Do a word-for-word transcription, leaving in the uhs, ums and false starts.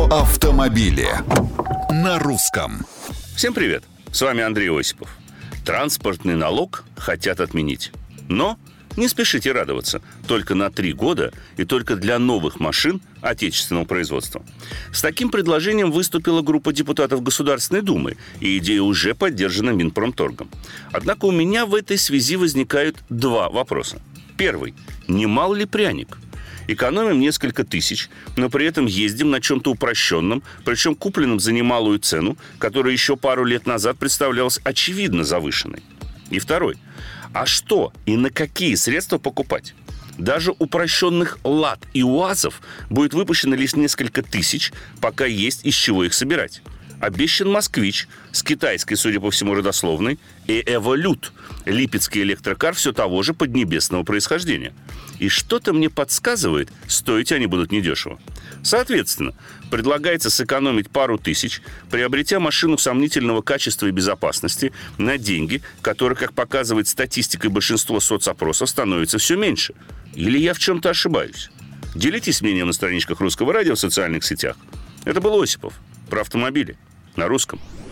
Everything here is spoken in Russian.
Про автомобили на русском. Всем привет! С вами Андрей Осипов. Транспортный налог хотят отменить. Но не спешите радоваться. Только на три года и только для новых машин отечественного производства. С таким предложением выступила группа депутатов Государственной Думы, и идея уже поддержана Минпромторгом. Однако у меня в этой связи возникают два вопроса. Первый. Не мал ли пряник? Экономим несколько тысяч, но при этом ездим на чем-то упрощенном, причем купленном за немалую цену, которая еще пару лет назад представлялась очевидно завышенной. И второй. А что и на какие средства покупать? Даже упрощенных «Лад» и «УАЗов» будет выпущено лишь несколько тысяч, пока есть из чего их собирать. Обещан «Москвич» с китайской, судя по всему, родословной, и «Эволют» – липецкий электрокар все того же поднебесного происхождения. И что-то мне подсказывает, стоить они будут недешево. Соответственно, предлагается сэкономить пару тысяч, приобретя машину сомнительного качества и безопасности на деньги, которые, как показывает статистика и большинство соцопросов, становится все меньше. Или я в чем-то ошибаюсь? Делитесь мнением на страничках Русского радио в социальных сетях. Это был Осипов. Про автомобили на русском.